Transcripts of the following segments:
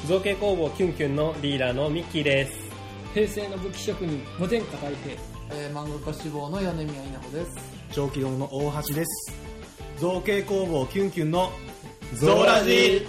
造形工房キュンキュンのリーダーのミッキーです。 平成の武器職人御前科大平、 漫画家志望の米宮稲穂です。 長期堂の大橋です。造形工房キュンキュンのゾーラジ。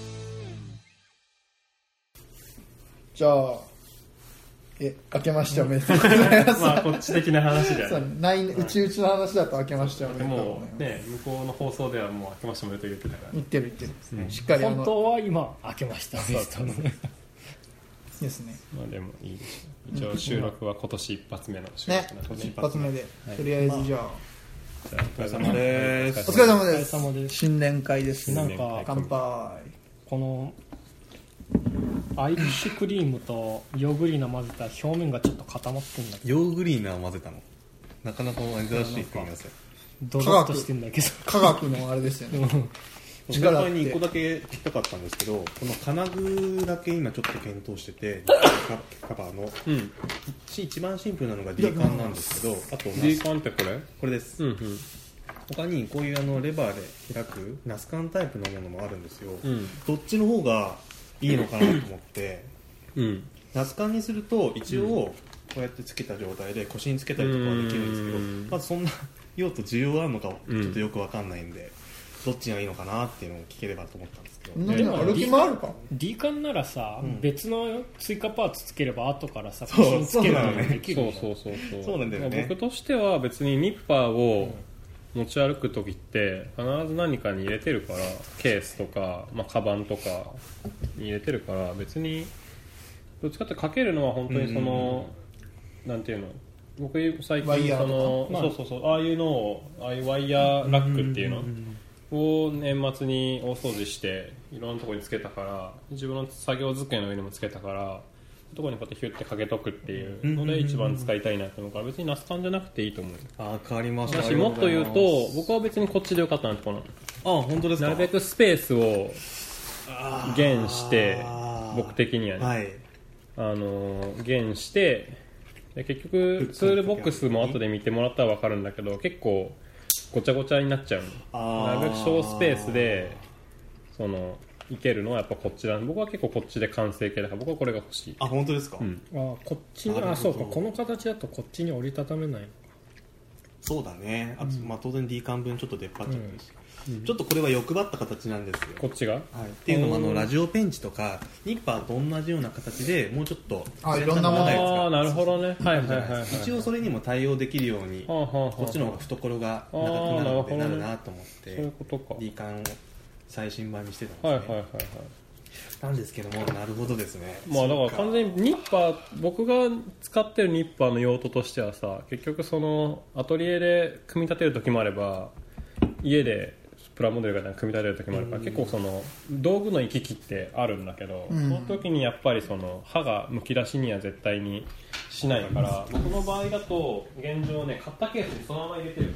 じゃあ明けましておめでとうございます。 まあこっち的な話だよね。 うちの話だと明けましておめでとうございます。 もうね、向こうの放送ではもう明けましておめでとう言ってたから。 言ってる、しっかり本当は今明けましたおめでとうですね。 まあでもいいでしょう。一応収録は今年一発目の収録なので、 一発目で、とりあえずじゃあ、 お疲れ様です。 お疲れ様です。 お疲れ様です。 新年会です。 なんか乾杯。 このアイリッシュクリームとヨーグリーナ混ぜた表面がちょっと固まってんだけど、 ヨーグリーナを混ぜたのなかなか珍しい組み合わせ。 ドロッとしてんだけど、 科学のあれですよね。 先輩に1個だけ聞きたかったんですけど、この金具だけ今ちょっと検討してて、カバーの、一番シンプルなのが D 缶なんですけど、あと D 缶ってこれです、他にこういうレバーで開くナス缶タイプのものもあるんですよ、どっちの方がいいのかなと思って、ナス缶にすると一応こうやってつけた状態で腰につけたりとかはできるんですけど、まずそんな用途需要あるのかちょっとよく分かんないんで、どっちがいいのかなっていうのを聞ければと思ったんですけど。 でも歩き回るか D 缶ならさ、別の追加パーツつければ後からさ腰につけるのができる。 そうなんだよね。 僕としては別にニッパーを持ち歩く時って必ず何かに入れてるから、ケースとか、カバンとかに入れてるから、別にどっちかってかけるのは本当にその、なんていうの、僕最近その、ああいうのを、ああいうワイヤーラックっていうのを年末に大掃除していろんなところにつけたから、自分の作業机の上にもつけたから、ところにこうやってヒュッてかけとくっていうので一番使いたいなって思うから、別にナス缶じゃなくていいと思う。 変わりました。 だしもっと言うと、僕は別にこっちでよかったなって思う。 本当ですか。 なるべくスペースを減して、僕的にはね、減してで、結局ツールボックスも後で見てもらったら分かるんだけど、結構ごちゃごちゃになっちゃうの。なるべく小スペースでいけるのはやっぱこっちだ。僕は結構こっちで完成形だから、僕はこれが欲しい。 本当ですか。 こっちに、そうか、この形だとこっちに折りたためないのか。 そうだね。あと、当然 D 缶分ちょっと出っ張っちゃったし、ちょっとこれは欲張った形なんですよ、 こっちが。 っていうのもラジオペンチとかニッパーと同じような形でもうちょっといろんなものなるほどね。 一応それにも対応できるように、こっちの懐が長くなるのでなるなと思って、 そういうことか。 D 缶を最新版にしてたんですね。なんですけども、なるほどですね。 だから完全にニッパー、僕が使ってるニッパーの用途としてはさ、結局そのアトリエで組み立てる時もあれば、家でプラモデルが組み立てる時もあるから、結構その道具の行き来ってあるんだけど、その時にやっぱりその刃がむき出しには絶対にしないから、僕の場合だと現状ね、買ったケースにそのまま入れてる。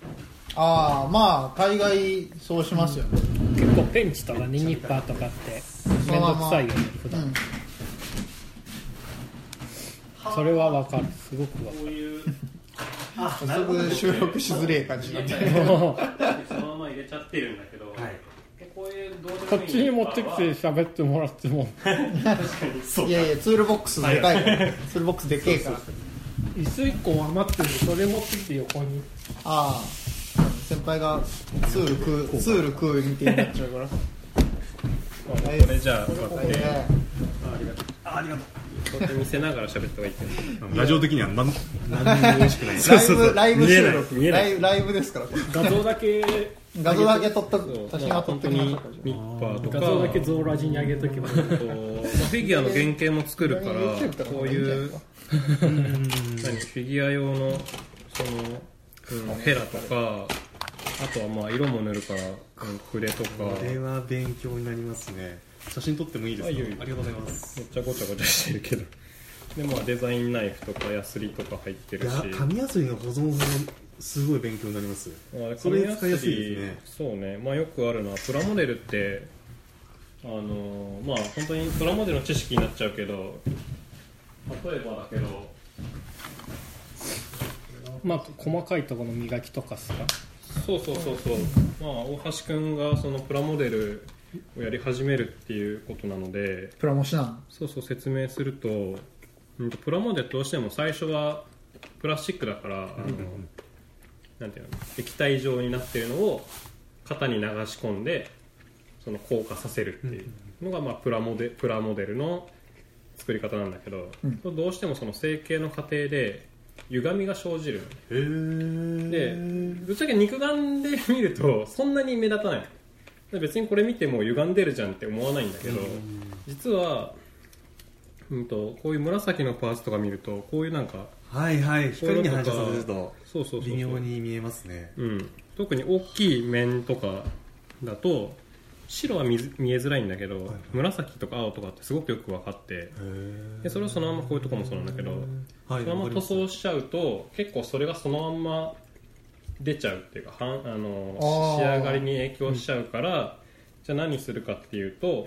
大概そうしますよね。 結構ペンチとかね、ニッパーとかってめんどくさいよね、普段。それはわかる、すごくわかる。 すぐ収録しづれえ感じになってそのまま入れちゃってるんだけど、こういうどうでもいいこっちに持ってきて喋ってもらってもいやいや、ツールボックスでかいからツールボックスでけえから、 椅子1個余ってるんで、それ持ってきて横に。 先輩がツール食うみたいになっちゃうからこれじゃあこうやって、 ありがとう。 こうやって見せながら喋った方がいいけど、 ラジオ的には何にも美味しくないライブ収録、ライブですから画像だけ撮った写真は撮ってきましたから、 ニッパーとか画像だけゾーラジに上げとけば、 フィギュアの原型も作るから、こういうフィギュア用のそのヘラとか、あとは色も塗るから筆とか。 これは勉強になりますね。写真撮ってもいいですか。ありがとうございます。 めっちゃごちゃごちゃしてるけど、でデザインナイフとかヤスリとか入ってるし、 紙ヤスリの保存法すごい勉強になります。それ使いやすいですね。 そうね。よくあるのはプラモデルって本当にプラモデルの知識になっちゃうけど、例えばだけど、 細かいところの磨きとかさ、 大橋くんがそのプラモデルをやり始めるっていうことなので、 プラモシなんそう説明すると、プラモデルどうしても最初はプラスチックだからなんていうの、液体状になっているのを型に流し込んでその硬化させるっていうのが、プラモデルの作り方なんだけど、どうしてもその成形の過程で歪みが生じるで、ぶっちゃけ肉眼で見るとそんなに目立たない。別にこれ見ても歪んでるじゃんって思わないんだけど、実は、こういう紫のパーツとか見るとこういうなんか光に反射させるとそう微妙に見えますね。 特に大きい面とかだと白は見えづらいんだけど、紫とか青とかってすごくよく分かって、でそれをそのままこういうとこもそうなんだけど、そのまま塗装しちゃうと結構それがそのまんま出ちゃうっていうか、仕上がりに影響しちゃうから、じゃあ何するかっていうと、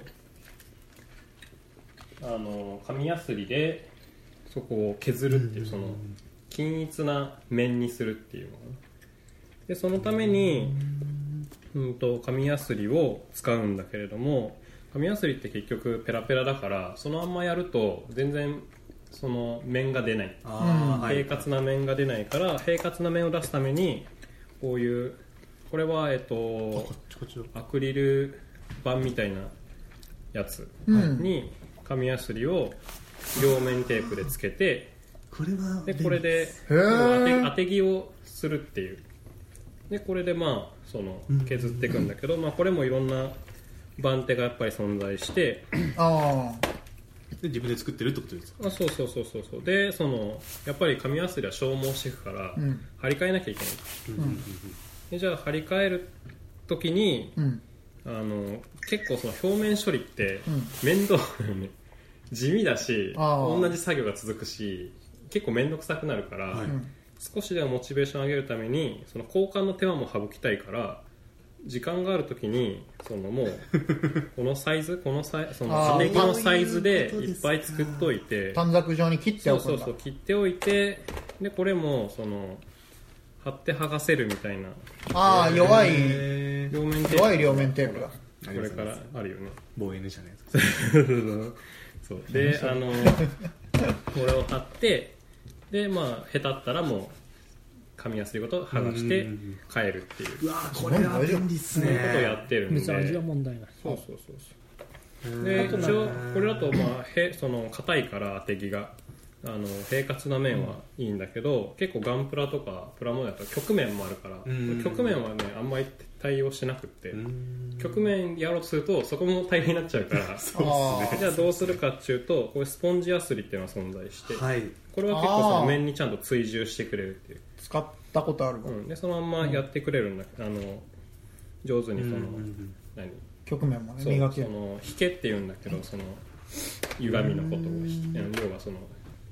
紙やすりでそこを削るっていう、その均一な面にするっていうので、そのために紙やすりを使うんだけれども、紙やすりって結局ペラペラだからそのまんまやると全然その面が出ない、平滑な面が出ないから、平滑な面を出すためにこういう、これはアクリル板みたいなやつに紙やすりを両面テープでつけて、これで当て木をするっていう。でこれでその削っていくんだけど、これもいろんな番手がやっぱり存在して、 で自分で作ってるってことですか？ そうで、そのやっぱり紙やすりは消耗していくから、張り替えなきゃいけない、でじゃあ張り替える時に、結構その表面処理って面倒だよね、地味だし同じ作業が続くし結構面倒くさくなるから、少しでもモチベーション上げるためにその交換の手間も省きたいから、時間があるときにそのもうこのサイズその当て木のサイズでいっぱい作っといて、 短冊状に切っておくんだ。 切っておいて、でこれもその貼って剥がせるみたいな、 弱い両面テープだ。 これからあるよね、 防衛社のやつそうでこれを貼って、で下手ったらもう紙やすりごと剥がして変えるっていう、 これは便利っすね。 そういうことをやってるんで、 別に味は問題ない。 そうで一応これだとその硬いから当て木が平滑な面はいいんだけど、結構ガンプラとかプラモデルだと曲面もあるから、曲面はねあんまり対応してなくって、曲面やろうとするとそこも大変になっちゃうからじゃあどうするかっていうと、こういうスポンジやすりっていうのが存在して、これは結構その面にちゃんと追従してくれるっていう、 使ったことあるわ、 でそのまんまやってくれるんだ、上手にその、 曲面もね磨ける、 その引けっていうんだけど、その歪みのことを要はその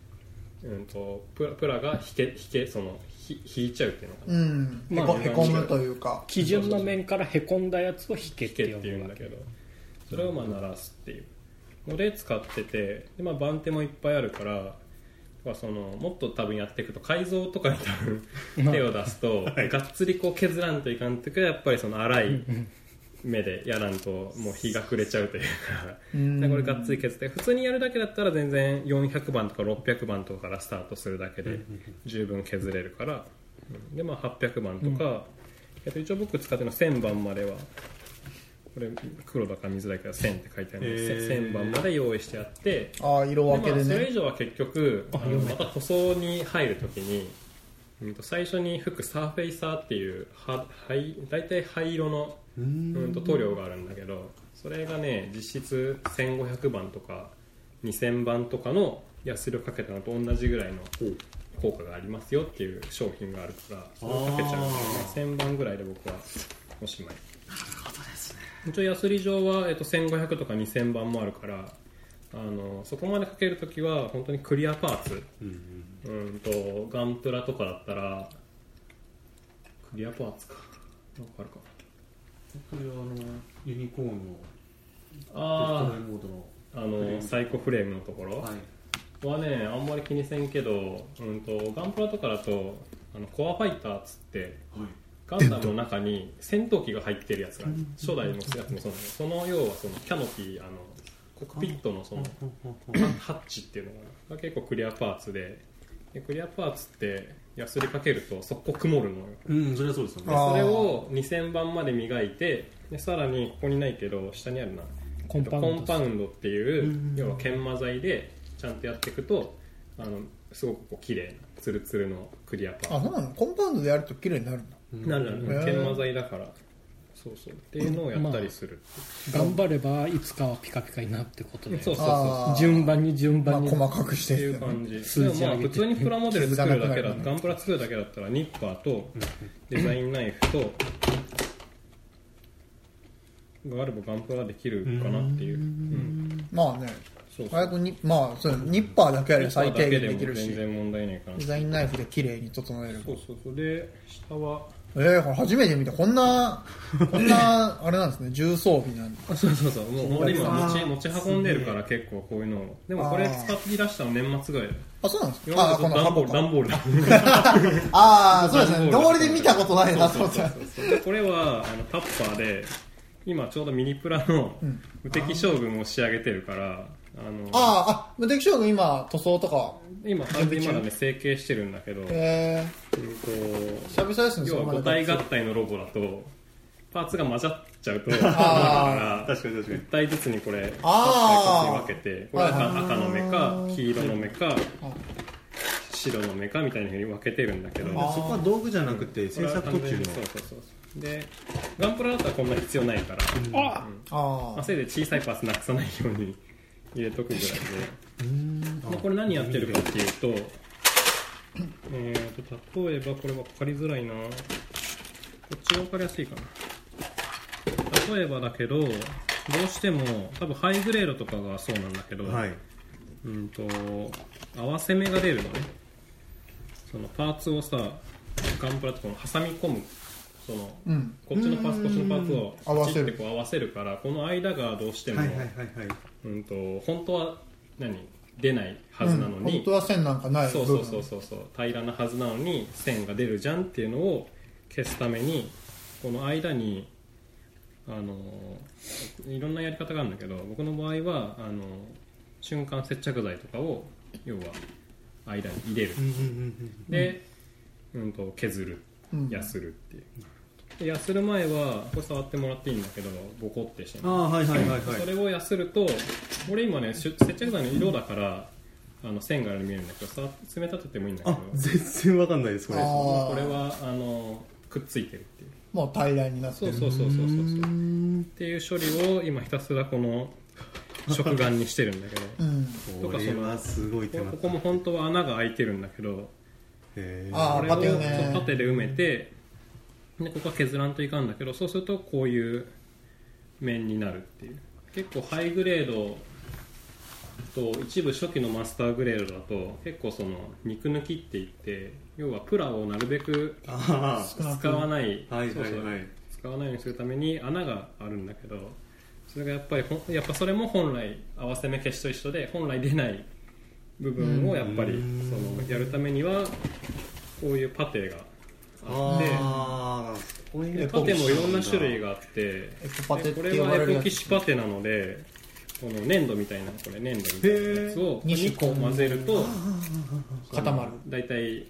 プラが引いちゃうっていうのかな、 へこむというか、 基準の面からへこんだやつを引けっていうんだけど、それを鳴らすっていうので使ってて、で番手もいっぱいあるから、そのもっと多分やっていくと改造とかに多分手を出すとがっつりこう削らんといかんというか、やっぱりその粗い目でやらんともう日が暮れちゃうというかでこれがっつり削って、普通にやるだけだったら全然400番とか600番とかからスタートするだけで十分削れるから、で800番とか、一応僕使ってるのは1000番までは、これ黒だから見づらいけど1000って書いてあるので、1000番まで用意してあって、 色分けでね、 それ以上は結局また塗装に入るときに、最初に吹くサーフェイサーっていう大体灰色の塗料があるんだけど、それがね実質1500番とか2000番とかのヤスリをかけたのと同じぐらいの効果がありますよっていう商品があるから、それをかけちゃうんで、1000番ぐらいで僕はおしまい。 なるほどですね。 一応ヤスリ状は、1500とか2000番もあるから、そこまでかけるときは本当にクリアパーツ、ガンプラとかだったらクリアパーツかなんかあるかな、 これはユニコーンのモードのサイコフレームのところはね、あんまり気にせんけど、ガンプラとかだとコアファイターっつって、 ガンダムの中に戦闘機が入ってるやつがある、初代のやつもそうなんだけど、その要はそのキャノピーコックピットのそのハッチっていうのが結構クリアパーツでクリアパーツってヤスリかけると速攻曇るのよ、 それはそうですよね。 それを2000番まで磨いて、でさらにここにないけど下にあるなコンパウンドっていう要は研磨剤でちゃんとやっていくとすごくこう綺麗なツルツルのクリアパーツ。 そうなの？コンパウンドでやると綺麗になるんだ。 なる研磨剤だからそうっていうのをやったりする、 頑張ればいつかはピカピカになるってことで、 そう順番に細かくしてっていう感じでも普通にプラモデル作るだけだガンプラ作るだけだったらニッパーとデザインナイフとがあればガンプラできるかなっていう、 まあね早くにまあそうニッパーだけやれば最低限できるし全然問題ないかな。 デザインナイフで綺麗に整える。 そうで下はこれ初めて見たこんなあれなんですね重装備なんだ。 そうもう今持ち運んでるから結構こういうのをでもこれ使い出したの年末ぐらいだ。 そうなんですか。この箱段ボールだそうですね道理で見たことないなと思ってこれはタッパーで今ちょうどミニプラの無敵将軍を仕上げてるから無敵将軍今塗装とか今完全にまだね成形してるんだけど久々ですね。 要は5体合体のロボだとパーツが混ざっちゃうとだから確かに 1体ずつにこれ分けてこれ赤の目か黄色の目か白の目かみたいな風に分けてるんだけどそこは道具じゃなくて制作途中のそうでガンプラだったらこんな必要ないからせいで小さいパーツなくさないように入れとくぐらいでこれ何やってるかっていうと例えばこれ分かりづらいなこっちが分かりやすいかな。例えばだけどどうしても多分ハイグレードとかがそうなんだけど、合わせ目が出るのね。そのパーツをさガンプラとかも挟み込むこっちのパーツこっちのパーツを合わせるからこの間がどうしても本当は出ないはずなのに、 本当は線なんかないそう平らなはずなのに線が出るじゃんっていうのを消すためにこの間にいろんなやり方があるんだけど僕の場合は瞬間接着剤とかを要は間に入れるで、削るやするっていうでやする前はこれ触ってもらっていいんだけどボコってしてそれをやすると俺今ね接着剤の色だから線があるように見えるんだけど爪立ててもいいんだけど全然わかんないですこれはくっついてるっていうもう平らになってるそうっていう処理を今ひたすらこの食玩にしてるんだけどこれはすごい手間ここも本当は穴が開いてるんだけどこれをパテで埋めてでここは削らんといかんだけどそうするとこういう面になるっていう結構ハイグレードと一部初期のマスターグレードだと結構その肉抜きっていって要はプラをなるべく使わない使わないようにするために穴があるんだけどそれがやっぱそれも本来合わせ目消しと一緒で本来出ない部分をやっぱりやるためにはこういうパテがあってパテもいろんな種類があってこれはエポキシパテなのでこの粘土みたいなやつを2個混ぜると固まるだいたい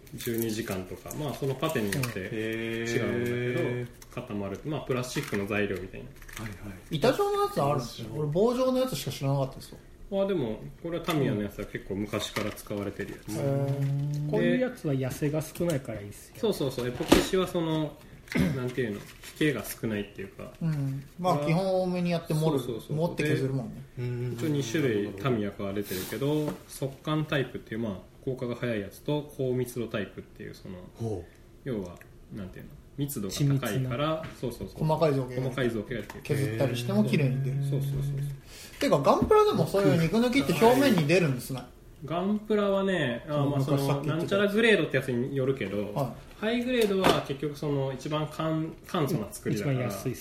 12時間とかそのパテによって違うんだけど固まるプラスチックの材料みたいな板状のやつあるんですよ。俺棒状のやつしか知らなかったですよ。 でもこれはタミヤのやつは結構昔から使われてるやつこういうやつは痩せが少ないからいいっすよ。 そうエポキシはなんていうの引けが少ないっていうか基本多めにやって持って削るもんね。 一応2種類タミヤから出てるけど速乾タイプっていう効果が早いやつと高密度タイプっていう要はなんていうの密度が高いから細かい造形が削ったりしても綺麗に出る。てかガンプラでもそういう肉抜きって表面に出るんですね。 ガンプラはねなんちゃらグレードってやつによるけど、ハイグレードは結局一番簡素な作りだから一番安いっすよね。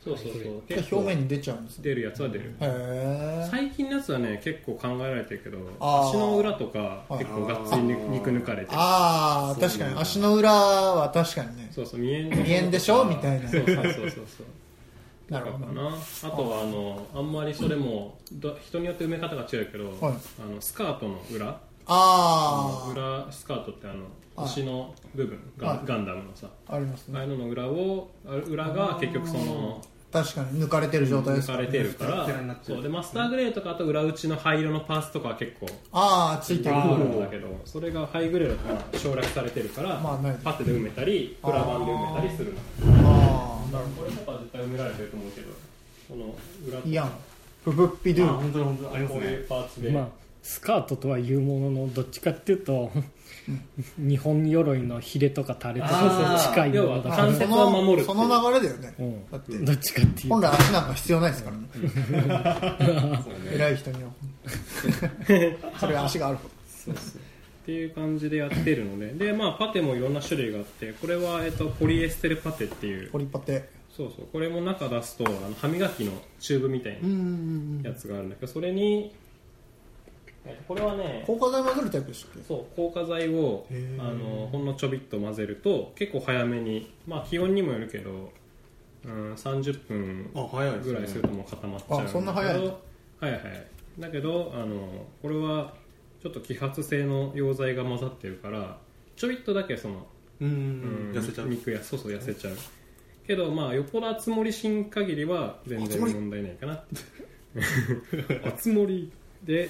そうそうそう、 表面に出ちゃうんですね。 出るやつは出る。 へ最近のやつはね結構考えられてるけど、足の裏とか結構がっつり肉抜かれてる。 ああ確かに足の裏は確かにね、 そうそう、 見えんでしょみたいな。 そうそうそうそうなるほどな。あとはあんまりそれも人によって埋め方が違うけど、 はい、 スカートの裏、裏スカートって腰の部分がガンダムのさ、 ありますね。 ああいうのの裏が結局その確かに抜かれてる状態ですから、ね、抜かれてるから、そうでマスターグレーとかあと裏打ちの灰色のパーツとかは結構ついてるんだけど、それがハイグレードとか省略されてるから、パテで埋めたりプラ板で埋めたりするの。これとかは絶対埋められてると思うけど、この裏とかいやプブッピドゥ本当にありますね。 こういうパーツで、 まあスカートとはいうもののどっちかっていうと日本鎧のヒレとかタレとか近いものだから、 関節を守るその流れだよね、だってどっちかっていう本来足なんか必要ないですからね、偉い人にはそれが足があるほどそうそうっていう感じでやってるので、まあパテもいろんな種類があって、これはポリエステルパテっていう、 ポリパテ、 そうそう、これも中出すと歯磨きのチューブみたいなやつがあるんだけど、それにこれはね硬化剤混ぜるタイプでしたっけ。 そう硬化剤をほんのちょびっと混ぜると結構早めに、まあ気温にもよるけど、30分ぐらいするともう固まっちゃうんだけど、 そんな早いの。 はいはい。だけどこれはちょっと揮発性の溶剤が混ざってるからちょびっとだけその痩せちゃう、 肉やそうそう痩せちゃうけど、まあよっぽど熱盛しん限りは全然問題ないかな熱盛で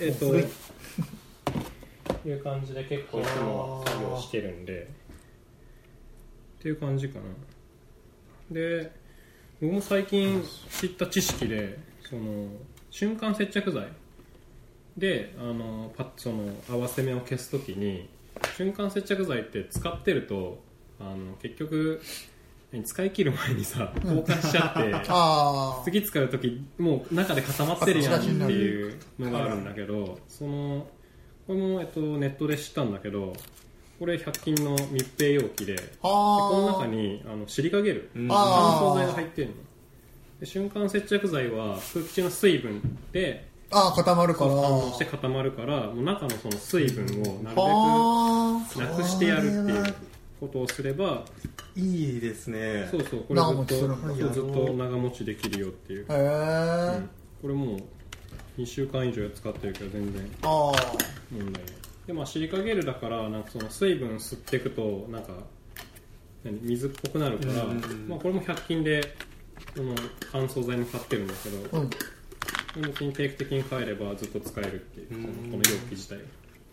いう感じで結構いつもは作業してるんでっていう感じかな。で僕も最近知った知識でその瞬間接着剤でその合わせ目を消すときに瞬間接着剤って使ってると結局使い切る前にさ交換しちゃって次使うときもう中で固まってるやんっていうのがあるんだけど、これもネットで知ったんだけど、これ100均の密閉容器でこの中にシリカゲル乾燥剤が入ってるので、瞬間接着剤は空気中の水分で固まるから反応して固まるから、もう中のその水分をなるべくなくしてやるっていうことをすればいいですね。 そうそう、これずっと長持ちできるよっていう。これもう2週間以上使ってるけど全然問題ない。でまあシリカゲルだからなんかその水分吸っていくとなんか水っぽくなるから、まあこれも100均でその乾燥剤も買ってるんだけど、別に定期的に買えればずっと使えるっていう、この容器自体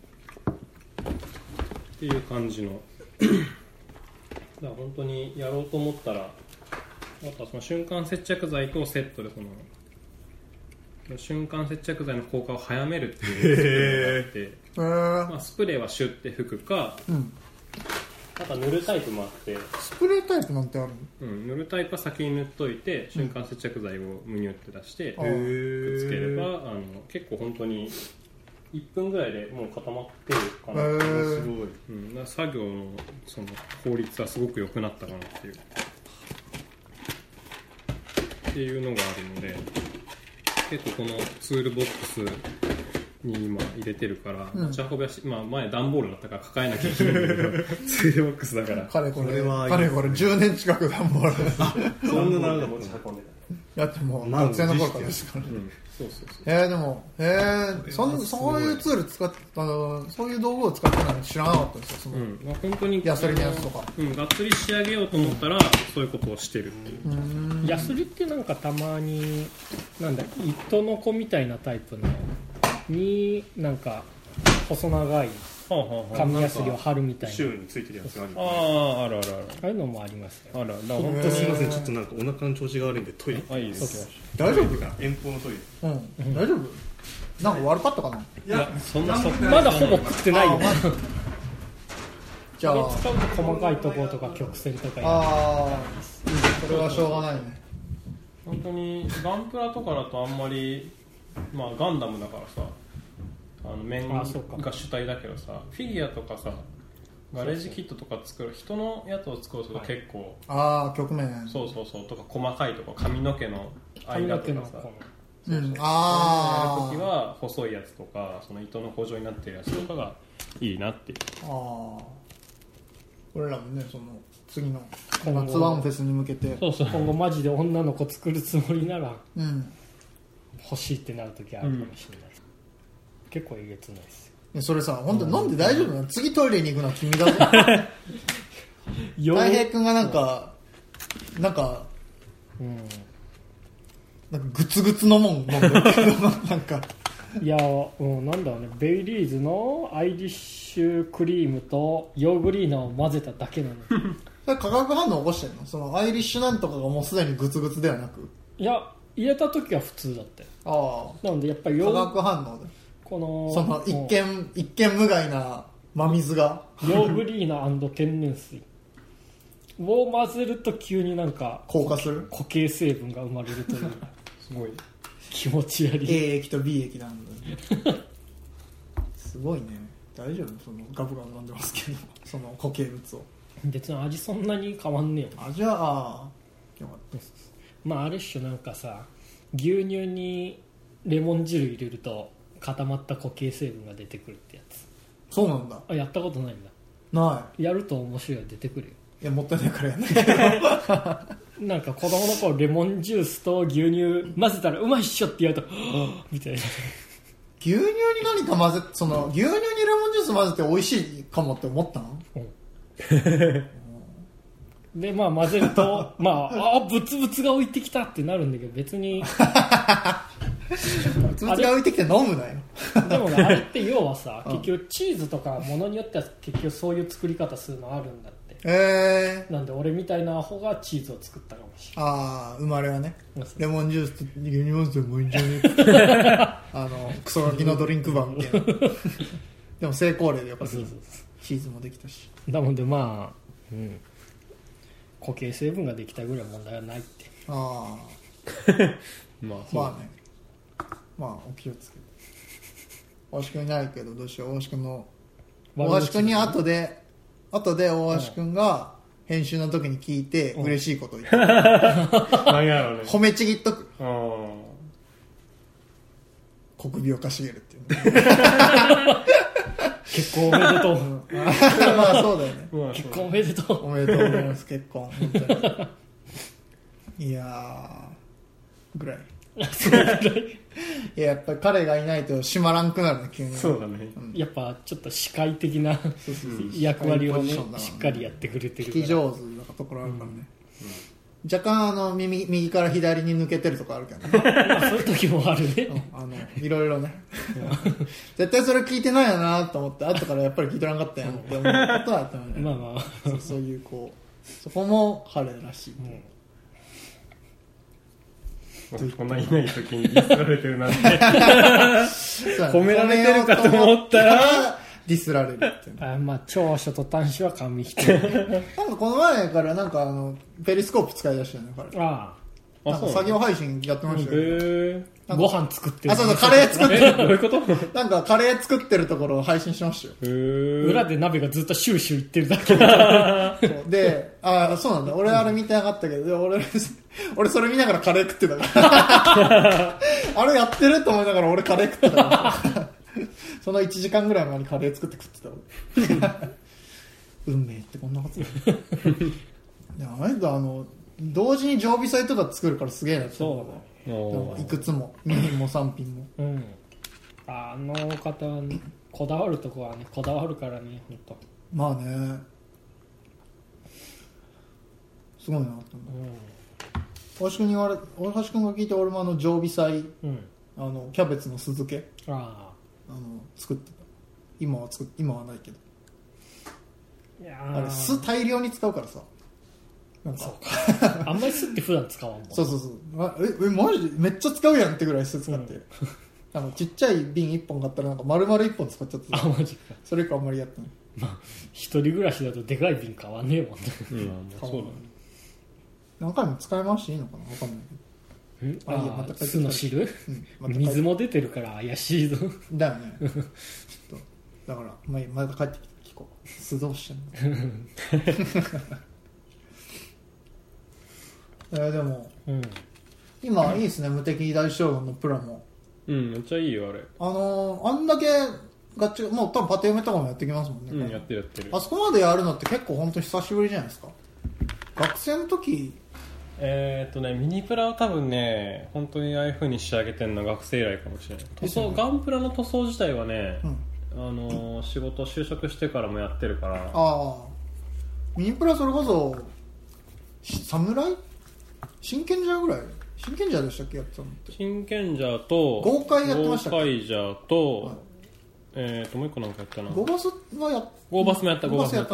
っていう感じのだから本当にやろうと思ったら、あとはその瞬間接着剤とセットでその瞬間接着剤の効果を早めるっていうのがあって、まあ、スプレーはシュッて吹くか、あとは塗るタイプもあって、 スプレータイプなんてあるの、塗るタイプは先に塗っといて瞬間接着剤をムニュって出してくっつければ結構本当に1分ぐらいでもう固まってるかな。すごい、作業のその効率はすごく良くなったかなっていうのがあるので、結構このツールボックスに今入れてるから持ち運びはまあ、前段ボールだったから抱えなきゃいけないんだけどツールボックスだからかれこれ10年近く段ボールそんな長く持ち運んでた。だってもう学生の頃からですからね。 そうそうそう。 でもそういうツール使ってそういう道具を使ってたの知らなかったですよ。 まあ、本当にヤスリのやつとかがっつり仕上げようと思ったらそういうことをしてるっていう。 ヤスリってなんかたまになんだ糸の子みたいなタイプのになんか細長い紙ヤスリを貼るみたいなシューについてるやつがある。 あるあるある。 ああいうのもありますよ。 ある。 本当すみません、ちょっとなんかお腹の調子が悪いんでトイレ。 いいです。 大丈夫か？遠方のトイレ。 大丈夫？なんか悪かったかな？ いや、そんなまだほぼ食ってないよ。 じゃあ使うと細かいところとか曲線とかそれはしょうがないね。 本当にガンプラとかだとあんまりまあガンダムだからさ面が主体だけどさ、フィギュアとかさガレージキットとか作る人のやつを作ると結構、 ああ曲面そうとか細かいとか髪の毛の間とかさ、 ああやるときは細いやつとかその糸の補助になってるやつとかがいいなっていう。 ああ俺らもねその次の夏ワンフェスに向けて今後マジで女の子作るつもりなら、欲しいってなるときあるかもしれない、結構えげつないですよ。 それさ本当に飲んで大丈夫なの？次トイレに行くのは君だぞ大平君がなんかグツグツのもん飲んでるけどなんかいや、なんだろうね、ベイリーズのアイリッシュクリームとヨーグリーナを混ぜただけなのそれ化学反応起こしてんの？そのアイリッシュなんとかがもうすでにグツグツではなく？ いや入れた時は普通だったよ。なのでやっぱり化学反応でその一見無害な真水がヨーグリーナ&天然水を混ぜると急になんか硬化する固形成分が生まれるというすごい気持ち悪い A 液と B 液なんだすごいね。大丈夫？そのガブガブ飲んでますけどその固形物を。 別に味そんなに変わんねえよ。 味はよかった。 まあある種なんかさ牛乳にレモン汁入れると固まった固形成分が出てくるってやつ。 そうなんだ。 やったことないんだ。 ない。 やると面白いが出てくるよ。 いやもったいないからやんないけどなんか子供の頃レモンジュースと牛乳混ぜたらうまいっしょって言われたらみたいな。 牛乳に何か混ぜその牛乳にレモンジュース混ぜて美味しいかもって思ったの？ でまあ混ぜるとブツブツが浮いてきたってなるんだけど別にブツブツが浮いてきて飲むなよでもねあれって要はさ結局チーズとかものによっては結局そういう作り方するのあるんだって。なんで俺みたいなアホがチーズを作ったかもしれない。 ああ生まれはねレモンジュースと牛乳混ぜてもいいんじゃねクソガキのドリンクバーみたいなでも成功例でよかったチーズもできたしだもんでまあ固形成分ができたぐらい問題はないって。 あまあねまあお気をつけて大橋君いないけどどうしよう。大橋君に後で大橋君が編集の時に聞いて嬉しいこと言って何やろうね褒めちぎっとく小首をかしげるっていう、ね、 結婚おめでとうまあそうだよね結婚おめでとうおめでとうございます結婚本当にいやーぐらいいややっぱり彼がいないと閉まらんくなるね急に。 そうだね、 やっぱちょっと司会的な役割をねしっかりやってくれてるから聞き上手なところあるからね、若干右から左に抜けてるとこあるけどねそういう時もあるね、 いろいろね絶対それ聞いてないよなと思って後からやっぱり聞いてなかったやんって思うことはあったのねまあそういうそこも彼らしい、 こんないない時にディスられてるなんて褒められてるかと思ったらディスられるってまあ長所と短所は紙一重なんかこの前からなんかペリスコープ使い出したよね彼。なんか作業配信やってましたよ、 ご飯作ってる。 そうカレー作ってるどういうことなんかカレー作ってるところを配信しましたよ。 裏で鍋がずっとシューシューいってるだけでそうなんだ俺あれ見てなかったけど俺それ見ながらカレー食ってたからあれやってると思いながら俺カレー食ってたからその1時間ぐらい前にカレー作って食ってた俺運命ってこんなことだあれだ同時に常備菜とか作るからすげえなって。 そうだねいくつも2品も3品も、 あの方は、ね、こだわるとこはねこだわるからね本当。 まあねすごいなと思う、大橋君が聞いて俺も常備菜、キャベツの酢漬け作ってた。今はないけどあれ酢大量に使うからさなんかあんまり酢って普段使わんもん。 そうマジでめっちゃ使うやんってぐらい酢使って、ちっちゃい瓶1本買ったらなんか丸々1本使っちゃってた。 マジか。 それ以降あんまりやってない。 一人暮らしだとでかい瓶買わねえもんね。 そうだね。 何回も使い回していいのかな分かんないけど。 酢の汁、水も出てるから怪しいぞ。 だよね。ちょっとだからまた帰ってきてキコ素通ししてんのでも、うん、今いいですね、無敵大将軍のプラも。 うん、めっちゃいいよあれ。 あんだけガチ、もう多分パテ読めとかもやってきますもんね。 うん、やってる。 あそこまでやるのって結構本当に久しぶりじゃないですか。学生の時ミニプラは多分ね、本当にああいう風に仕上げてるのは学生以来かもしれない。塗装、ガンプラの塗装自体はね、仕事就職してからもやってるから。 ミニプラそれこそ侍真剣者ぐらい、真剣者でしたっけ、やってたのって。 真剣者と豪快やってましたっけ。 豪快者と、もう一個なんかやったな。 ゴーバスもやった。 ゴーバスもやった。 ゴーバス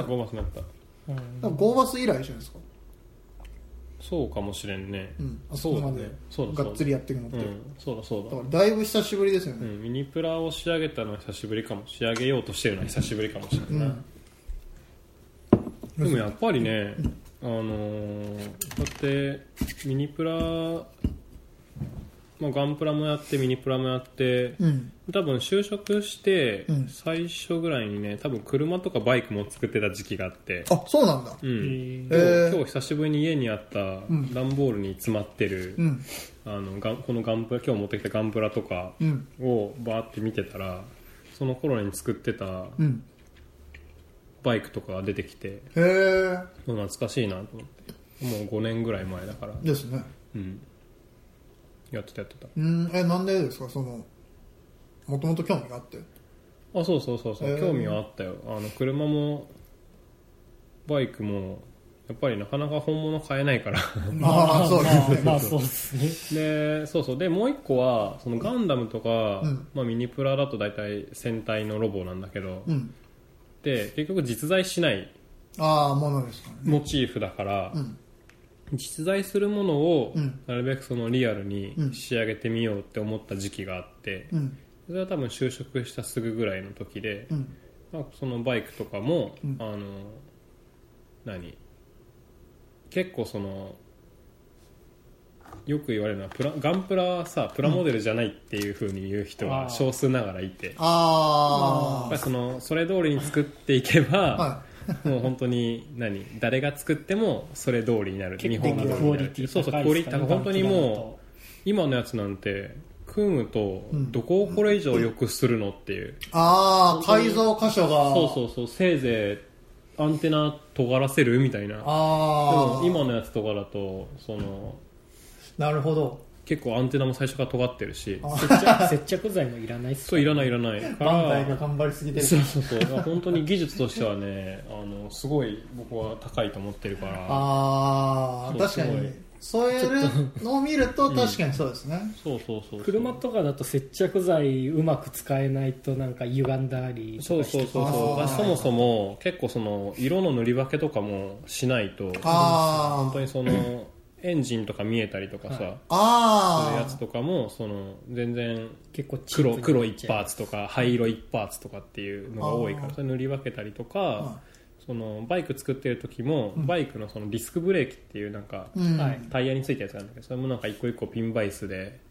以来じゃないですか。 そうかもしれんね。 あそこまでがっつりやっていくのって。 そうだ。 だからだいぶ久しぶりですよね。 ミニプラを仕上げたのは久しぶりかも。仕上げようとしてるのは久しぶりかもしれないな。でもやっぱりね、だってミニプラ、ガンプラもやってミニプラもやって、多分就職して最初ぐらいにね、多分車とかバイクも作ってた時期があって。 あ、そうなんだ。 今日久しぶりに家にあった段ボールに詰まってる、このガンプラ、今日持ってきたガンプラとかをバーって見てたら、その頃に作ってたバイクとかが出てきて、懐かしいなと思って。もう5年ぐらい前だからですね。 やってた。 なんでですか、もともと興味があって。 そう、興味はあったよ。車もバイクもやっぱりなかなか本物買えないからそうですね。 でもう一個はそのガンダムとか、ミニプラだと大体戦隊のロボなんだけど、で結局実在しないものですかね、 モチーフだから、実在するものをなるべくそのリアルに仕上げてみようって思った時期があって、それは多分就職したすぐぐらいの時で、そのバイクとかも、結構よく言われるのはガンプラはさ、プラモデルじゃないっていう風に言う人が少数ながらいて、やっぱりそれ通りに作っていけば、もう本当に誰が作ってもそれ通りになる。 日本のクオリティ高いですかね。 クオリティ本当にもう今のやつなんて組むとどこをこれ以上良くするのっていう、 改造箇所がそうせいぜいアンテナ尖らせるみたいな。でも今のやつとかだとなるほど、 結構アンテナも最初から尖ってるし、 接着剤もいらないっすか。 いらないバンダイが頑張りすぎてる。 そう本当に技術としてはね、すごい僕は高いと思ってるから。 確かにそういうのを見ると確かにそうですね。 車とかだと接着剤うまく使えないとなんか歪んだりとかして、 そもそも結構色の塗り分けとかもしないと、本当にエンジンとか見えたりとかさ、そういうやつとかも全然結構黒一パーツとか灰色一パーツとかっていうのが多いから、それ塗り分けたりとか、バイク作ってる時も、バイクのディスクブレーキっていうタイヤについたやつがあるんだけど、それも一個一個ピンバイスで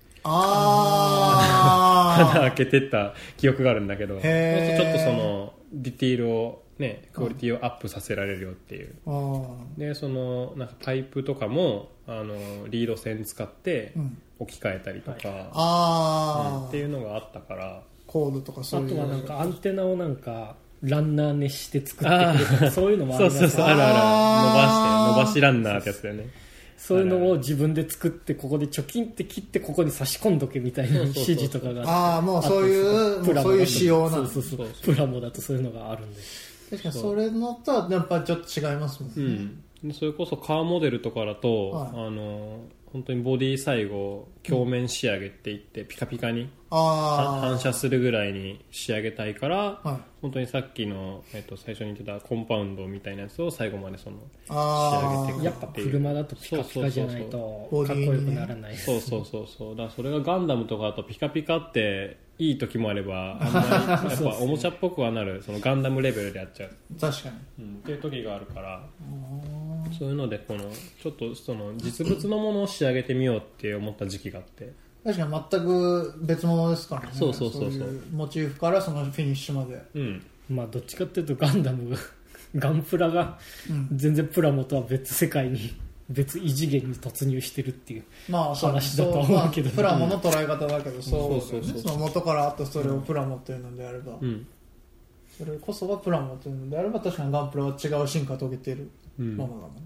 穴開けてった記憶があるんだけど、ちょっとディティールをクオリティをアップさせられるよっていう。でパイプとかもリード線使って置き換えたりとか、っていうのがあったから、 コードとかそういう。 あとはアンテナをランナー熱して作ってくれるそういうのもありますね。 ある伸ばしランナーってやつだよね。 そういうのを自分で作って、ここでチョキンって切ってここに差し込んどけみたいな指示とかがあって、 もうそういう仕様なんです。プラモだとそういうのがあるんで、 確かにそれのとはやっぱちょっと違いますもんね。 それこそカーモデルとかだと、本当にボディ最後鏡面仕上げっていって、ピカピカに反射するぐらいに仕上げたいから、本当にさっきの、最初に言ってたコンパウンドみたいなやつを最後まで仕上げていくっていう。 やっぱ車だとピカピカじゃないとかっこよくならない。 そうだからそれがガンダムとかだとピカピカっていい時もあれば、あんまりやっぱおもちゃっぽくはなる、ガンダムレベルでやっちゃう。 確かに。 っていう時があるから、そういうのでちょっと実物のものを仕上げてみようって思った時期があって。 確かに全く別物ですからね。 そういうモチーフからそのフィニッシュまで。 まあどっちかっていうとガンダムガンプラが全然プラモとは別世界に別異次元に突入してるっていう話だと思うけど、 プラモの捉え方だけど、そうその元からあったそれをプラモっていうのであれば、それこそがプラモっていうのであれば確かにガンプラは違う進化を遂げているままだも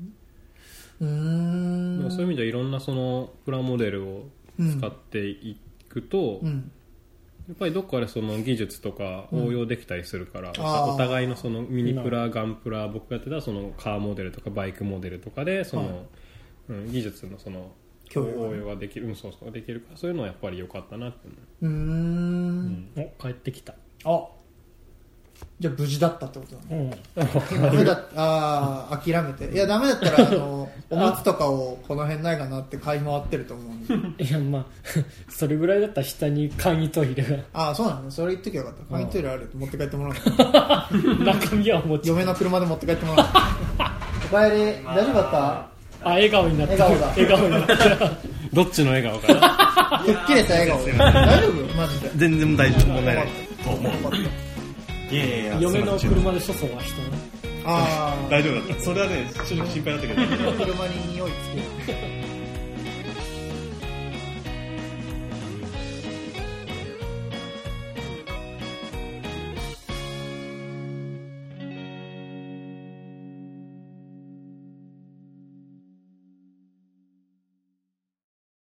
んね。 そういう意味ではいろんなそのプラモデルを使っていくと、やっぱりどっかでその技術とか応用できたりするから、お互いのそのミニプラ、ガンプラ、僕がやってたそのカーモデルとかバイクモデルとかでその、技術のその応用ができる、そうできるから、そういうのはやっぱり良かったなってお、帰ってきた。 あ、じゃあ無事だったってことだね。ダメだ諦めて。いやダメだったらおむつとかをこの辺ないかなって買い回ってると思うんで。 いやまあそれぐらいだったら下に簡易トイレが。 そうなの。それ言っときゃよかった。簡易トイレあるって持って帰ってもらう。 中身は持ち。 嫁の車で持って帰ってもらう。おかえり。大丈夫だった？ 笑顔になってる。笑顔になってる。 どっちの笑顔かな。 くっきりした笑顔。大丈夫？マジで。 全然大丈夫。問題ないと思う。 嫁の車で粗相はしたの？ 大丈夫だった。それはね、正直心配だったけど。 車に匂いつける。